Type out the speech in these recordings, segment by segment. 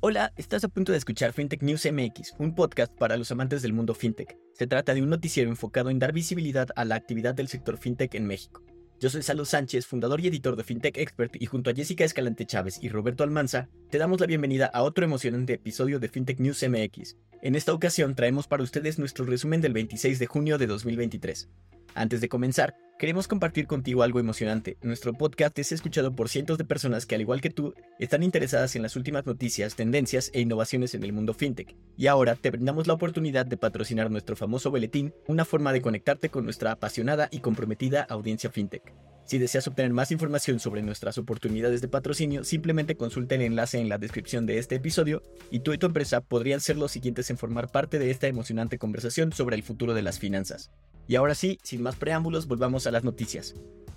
Hola, estás a punto de escuchar FinTech News MX, un podcast para los amantes del mundo FinTech. Se trata de un noticiero enfocado en dar visibilidad a la actividad del sector FinTech en México. Yo soy Salo Sánchez, fundador y editor de FinTech Expert, y junto a Jessica Escalante Chávez y Roberto Almanza, te damos la bienvenida a otro emocionante episodio de FinTech News MX. En esta ocasión traemos para ustedes nuestro resumen del 26 de junio de 2023. Antes de comenzar, queremos compartir contigo algo emocionante. Nuestro podcast es escuchado por cientos de personas que, al igual que tú, están interesadas en las últimas noticias, tendencias e innovaciones en el mundo FinTech. Y ahora te brindamos la oportunidad de patrocinar nuestro famoso boletín, una forma de conectarte con nuestra apasionada y comprometida audiencia FinTech. Si deseas obtener más información sobre nuestras oportunidades de patrocinio, simplemente consulta el enlace en la descripción de este episodio y tú y tu empresa podrían ser los siguientes en formar parte de esta emocionante conversación sobre el futuro de las finanzas. Y ahora sí, sin más preámbulos, volvamos a las noticias.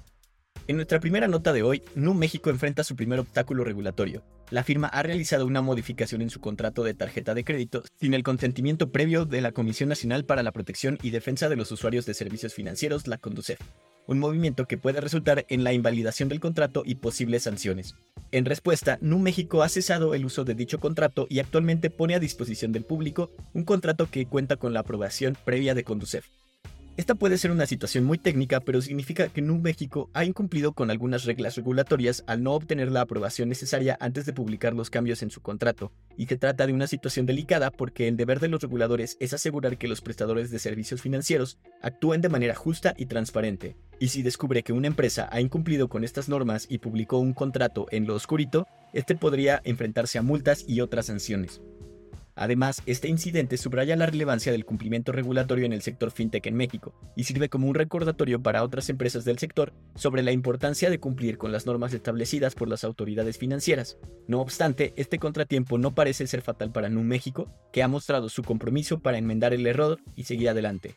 En nuestra primera nota de hoy, Nu México enfrenta su primer obstáculo regulatorio. La firma ha realizado una modificación en su contrato de tarjeta de crédito sin el consentimiento previo de la Comisión Nacional para la Protección y Defensa de los Usuarios de Servicios Financieros, la CONDUCEF. Un movimiento que puede resultar en la invalidación del contrato y posibles sanciones. En respuesta, Nu México ha cesado el uso de dicho contrato y actualmente pone a disposición del público un contrato que cuenta con la aprobación previa de CONDUCEF. Esta puede ser una situación muy técnica, pero significa que Nu México ha incumplido con algunas reglas regulatorias al no obtener la aprobación necesaria antes de publicar los cambios en su contrato, y se trata de una situación delicada porque el deber de los reguladores es asegurar que los prestadores de servicios financieros actúen de manera justa y transparente, y si descubre que una empresa ha incumplido con estas normas y publicó un contrato en lo oscurito, este podría enfrentarse a multas y otras sanciones. Además, este incidente subraya la relevancia del cumplimiento regulatorio en el sector FinTech en México y sirve como un recordatorio para otras empresas del sector sobre la importancia de cumplir con las normas establecidas por las autoridades financieras. No obstante, este contratiempo no parece ser fatal para Nu México, que ha mostrado su compromiso para enmendar el error y seguir adelante.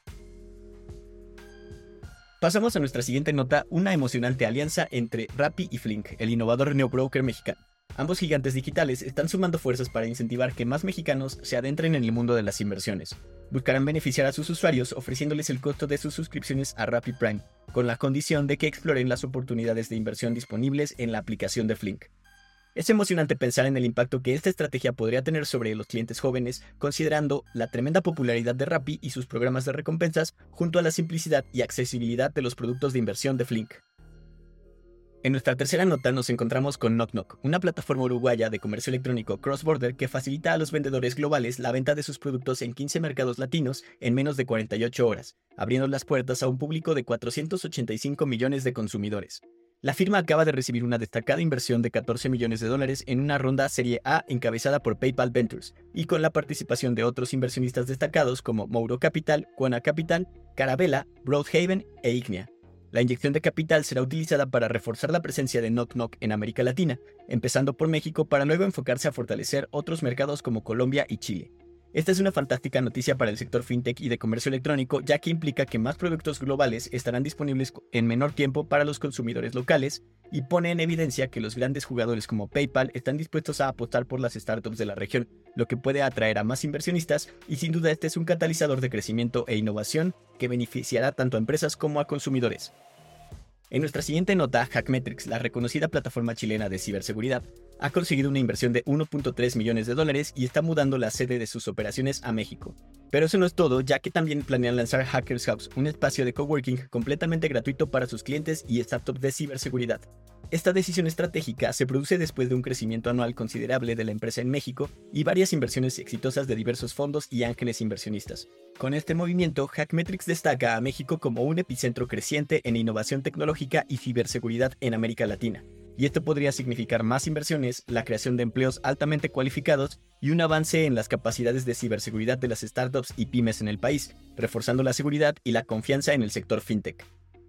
Pasamos a nuestra siguiente nota, una emocionante alianza entre Rappi y Flink, el innovador neobroker mexicano. Ambos gigantes digitales están sumando fuerzas para incentivar que más mexicanos se adentren en el mundo de las inversiones. Buscarán beneficiar a sus usuarios ofreciéndoles el costo de sus suscripciones a Rappi Prime, con la condición de que exploren las oportunidades de inversión disponibles en la aplicación de Flink. Es emocionante pensar en el impacto que esta estrategia podría tener sobre los clientes jóvenes, considerando la tremenda popularidad de Rappi y sus programas de recompensas, junto a la simplicidad y accesibilidad de los productos de inversión de Flink. En nuestra tercera nota nos encontramos con Knock Knock, una plataforma uruguaya de comercio electrónico cross-border que facilita a los vendedores globales la venta de sus productos en 15 mercados latinos en menos de 48 horas, abriendo las puertas a un público de 485 millones de consumidores. La firma acaba de recibir una destacada inversión de $14 millones en una ronda Serie A encabezada por PayPal Ventures y con la participación de otros inversionistas destacados como Mouro Capital, Quona Capital, Carabela, Broadhaven e Ignea. La inyección de capital será utilizada para reforzar la presencia de Knock Knock en América Latina, empezando por México para luego enfocarse a fortalecer otros mercados como Colombia y Chile. Esta es una fantástica noticia para el sector FinTech y de comercio electrónico, ya que implica que más productos globales estarán disponibles en menor tiempo para los consumidores locales y pone en evidencia que los grandes jugadores como PayPal están dispuestos a apostar por las startups de la región, lo que puede atraer a más inversionistas y sin duda este es un catalizador de crecimiento e innovación que beneficiará tanto a empresas como a consumidores. En nuestra siguiente nota, Hackmetrics, la reconocida plataforma chilena de ciberseguridad, ha conseguido una inversión de $1.3 millones y está mudando la sede de sus operaciones a México. Pero eso no es todo, ya que también planean lanzar Hackers Hubs, un espacio de coworking completamente gratuito para sus clientes y startups de ciberseguridad. Esta decisión estratégica se produce después de un crecimiento anual considerable de la empresa en México y varias inversiones exitosas de diversos fondos y ángeles inversionistas. Con este movimiento, Hackmetrics destaca a México como un epicentro creciente en innovación tecnológica y ciberseguridad en América Latina. Y esto podría significar más inversiones, la creación de empleos altamente cualificados y un avance en las capacidades de ciberseguridad de las startups y pymes en el país, reforzando la seguridad y la confianza en el sector FinTech.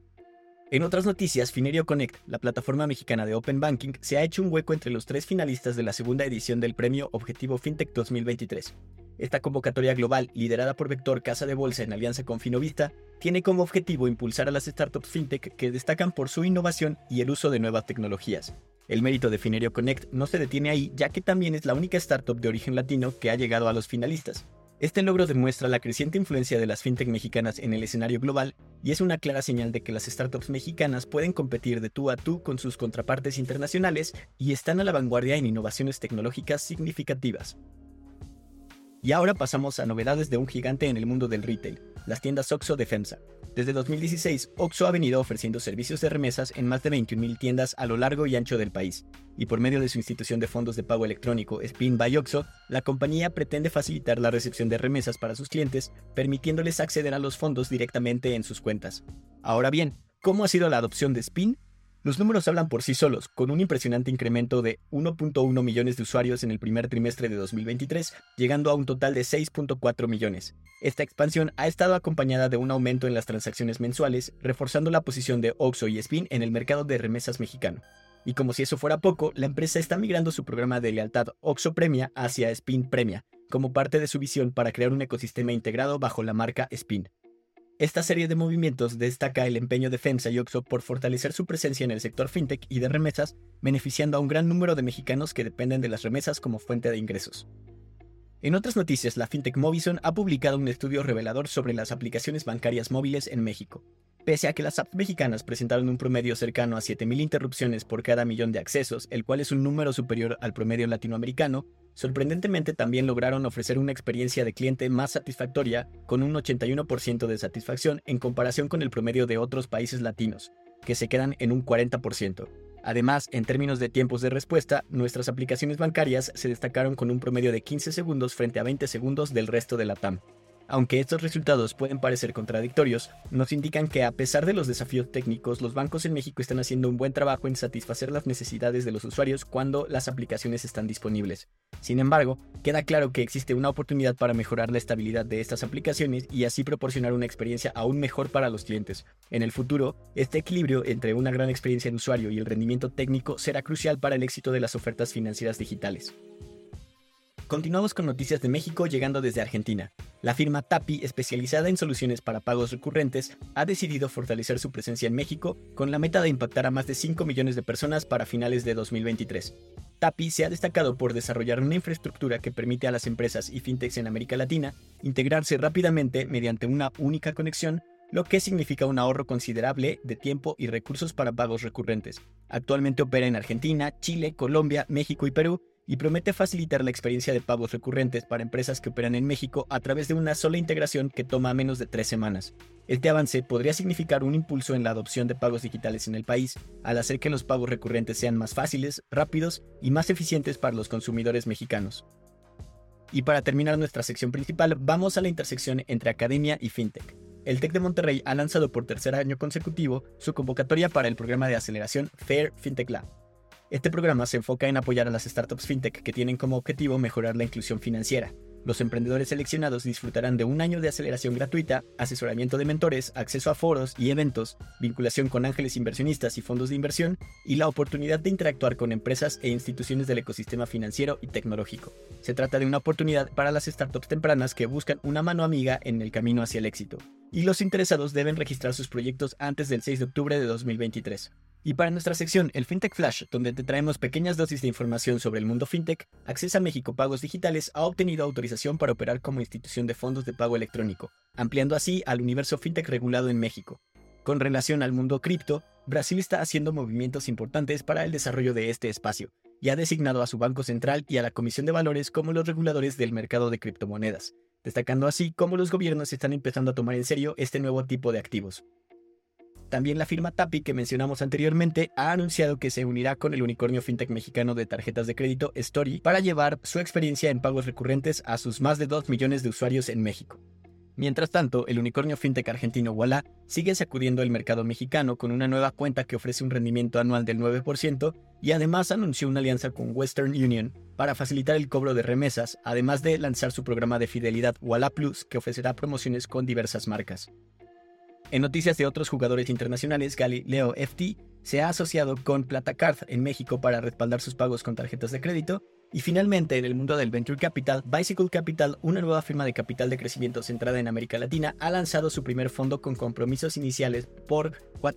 En otras noticias, Finerio Connect, la plataforma mexicana de Open Banking, se ha hecho un hueco entre los 3 finalistas de la segunda edición del premio Objetivo FinTech 2023. Esta convocatoria global, liderada por Vector Casa de Bolsa en alianza con Finovista, tiene como objetivo impulsar a las startups FinTech que destacan por su innovación y el uso de nuevas tecnologías. El mérito de Finerio Connect no se detiene ahí, ya que también es la única startup de origen latino que ha llegado a los finalistas. Este logro demuestra la creciente influencia de las fintech mexicanas en el escenario global y es una clara señal de que las startups mexicanas pueden competir de tú a tú con sus contrapartes internacionales y están a la vanguardia en innovaciones tecnológicas significativas. Y ahora pasamos a novedades de un gigante en el mundo del retail, las tiendas OXXO de FEMSA. Desde 2016, OXXO ha venido ofreciendo servicios de remesas en más de 21,000 tiendas a lo largo y ancho del país, y por medio de su institución de fondos de pago electrónico Spin by OXXO, la compañía pretende facilitar la recepción de remesas para sus clientes, permitiéndoles acceder a los fondos directamente en sus cuentas. Ahora bien, ¿cómo ha sido la adopción de Spin? Los números hablan por sí solos, con un impresionante incremento de 1.1 millones de usuarios en el primer trimestre de 2023, llegando a un total de 6.4 millones. Esta expansión ha estado acompañada de un aumento en las transacciones mensuales, reforzando la posición de OXXO y Spin en el mercado de remesas mexicano. Y como si eso fuera poco, la empresa está migrando su programa de lealtad OXXO Premia hacia Spin Premia, como parte de su visión para crear un ecosistema integrado bajo la marca Spin. Esta serie de movimientos destaca el empeño de FEMSA y OXXO por fortalecer su presencia en el sector fintech y de remesas, beneficiando a un gran número de mexicanos que dependen de las remesas como fuente de ingresos. En otras noticias, la fintech Movison ha publicado un estudio revelador sobre las aplicaciones bancarias móviles en México. Pese a que las apps mexicanas presentaron un promedio cercano a 7,000 interrupciones por cada millón de accesos, el cual es un número superior al promedio latinoamericano, sorprendentemente también lograron ofrecer una experiencia de cliente más satisfactoria, con un 81% de satisfacción en comparación con el promedio de otros países latinos, que se quedan en un 40%. Además, en términos de tiempos de respuesta, nuestras aplicaciones bancarias se destacaron con un promedio de 15 segundos frente a 20 segundos del resto de la TAM. Aunque estos resultados pueden parecer contradictorios, nos indican que a pesar de los desafíos técnicos, los bancos en México están haciendo un buen trabajo en satisfacer las necesidades de los usuarios cuando las aplicaciones están disponibles. Sin embargo, queda claro que existe una oportunidad para mejorar la estabilidad de estas aplicaciones y así proporcionar una experiencia aún mejor para los clientes. En el futuro, este equilibrio entre una gran experiencia de usuario y el rendimiento técnico será crucial para el éxito de las ofertas financieras digitales. Continuamos con noticias de México llegando desde Argentina. La firma Tappi, especializada en soluciones para pagos recurrentes, ha decidido fortalecer su presencia en México con la meta de impactar a más de 5 millones de personas para finales de 2023. Tappi se ha destacado por desarrollar una infraestructura que permite a las empresas y fintechs en América Latina integrarse rápidamente mediante una única conexión, lo que significa un ahorro considerable de tiempo y recursos para pagos recurrentes. Actualmente opera en Argentina, Chile, Colombia, México y Perú, y promete facilitar la experiencia de pagos recurrentes para empresas que operan en México a través de una sola integración que toma menos de 3 semanas. Este avance podría significar un impulso en la adopción de pagos digitales en el país, al hacer que los pagos recurrentes sean más fáciles, rápidos y más eficientes para los consumidores mexicanos. Y para terminar nuestra sección principal, vamos a la intersección entre academia y fintech. El TEC de Monterrey ha lanzado por tercer año consecutivo su convocatoria para el programa de aceleración FAIR Fintech Lab. Este programa se enfoca en apoyar a las startups fintech que tienen como objetivo mejorar la inclusión financiera. Los emprendedores seleccionados disfrutarán de un año de aceleración gratuita, asesoramiento de mentores, acceso a foros y eventos, vinculación con ángeles inversionistas y fondos de inversión, y la oportunidad de interactuar con empresas e instituciones del ecosistema financiero y tecnológico. Se trata de una oportunidad para las startups tempranas que buscan una mano amiga en el camino hacia el éxito, y los interesados deben registrar sus proyectos antes del 6 de octubre de 2023. Y para nuestra sección, el FinTech Flash, donde te traemos pequeñas dosis de información sobre el mundo fintech, Accesa México Pagos Digitales ha obtenido autorización para operar como institución de fondos de pago electrónico, ampliando así al universo fintech regulado en México. Con relación al mundo cripto, Brasil está haciendo movimientos importantes para el desarrollo de este espacio, y ha designado a su Banco Central y a la Comisión de Valores como los reguladores del mercado de criptomonedas, destacando así cómo los gobiernos están empezando a tomar en serio este nuevo tipo de activos. También la firma Tappi, que mencionamos anteriormente, ha anunciado que se unirá con el unicornio fintech mexicano de tarjetas de crédito Story para llevar su experiencia en pagos recurrentes a sus más de 2 millones de usuarios en México. Mientras tanto, el unicornio fintech argentino Ualá sigue sacudiendo el mercado mexicano con una nueva cuenta que ofrece un rendimiento anual del 9% y además anunció una alianza con Western Union para facilitar el cobro de remesas, además de lanzar su programa de fidelidad Ualá Plus, que ofrecerá promociones con diversas marcas. En noticias de otros jugadores internacionales, Galileo FT se ha asociado con Platacard en México para respaldar sus pagos con tarjetas de crédito. Y finalmente, en el mundo del Venture Capital, Bicycle Capital, una nueva firma de capital de crecimiento centrada en América Latina, ha lanzado su primer fondo con compromisos iniciales por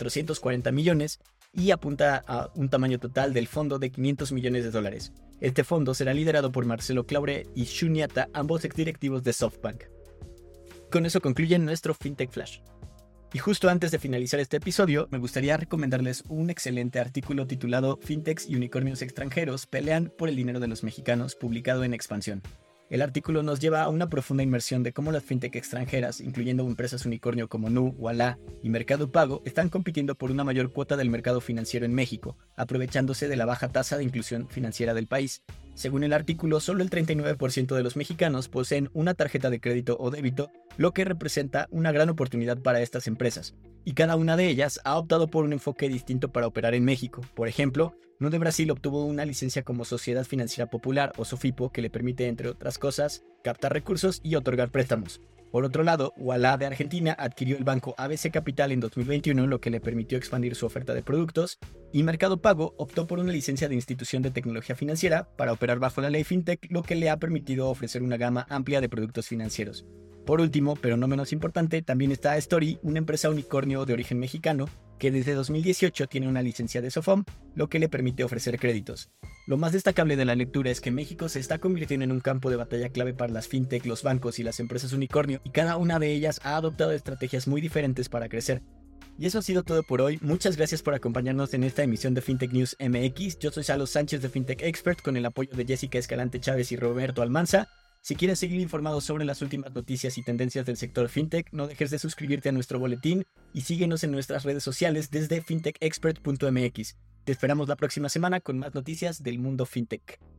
440 millones y apunta a un tamaño total del fondo de 500 millones de dólares. Este fondo será liderado por Marcelo Claure y Shunyata, ambos exdirectivos de SoftBank. Con eso concluye nuestro FinTech Flash. Y justo antes de finalizar este episodio, me gustaría recomendarles un excelente artículo titulado Fintechs y unicornios extranjeros pelean por el dinero de los mexicanos, publicado en Expansión. El artículo nos lleva a una profunda inmersión de cómo las fintech extranjeras, incluyendo empresas unicornio como Nu, Ualá y Mercado Pago, están compitiendo por una mayor cuota del mercado financiero en México, aprovechándose de la baja tasa de inclusión financiera del país. Según el artículo, solo el 39% de los mexicanos poseen una tarjeta de crédito o débito, lo que representa una gran oportunidad para estas empresas. Y cada una de ellas ha optado por un enfoque distinto para operar en México. Por ejemplo, Nu de Brasil obtuvo una licencia como Sociedad Financiera Popular o SOFIPO que le permite, entre otras cosas, captar recursos y otorgar préstamos. Por otro lado, Ualá de Argentina adquirió el banco ABC Capital en 2021, lo que le permitió expandir su oferta de productos, y Mercado Pago optó por una licencia de institución de tecnología financiera para operar bajo la ley FinTech, lo que le ha permitido ofrecer una gama amplia de productos financieros. Por último, pero no menos importante, también está Story, una empresa unicornio de origen mexicano, que desde 2018 tiene una licencia de SOFOM, lo que le permite ofrecer créditos. Lo más destacable de la lectura es que México se está convirtiendo en un campo de batalla clave para las fintech, los bancos y las empresas unicornio, y cada una de ellas ha adoptado estrategias muy diferentes para crecer. Y eso ha sido todo por hoy. Muchas gracias por acompañarnos en esta emisión de Fintech News MX. Yo soy Salo Sánchez de Fintech Expert con el apoyo de Jessica Escalante Chávez y Roberto Almanza. Si quieres seguir informado sobre las últimas noticias y tendencias del sector fintech, no dejes de suscribirte a nuestro boletín y síguenos en nuestras redes sociales desde fintechexpert.mx. Te esperamos la próxima semana con más noticias del mundo fintech.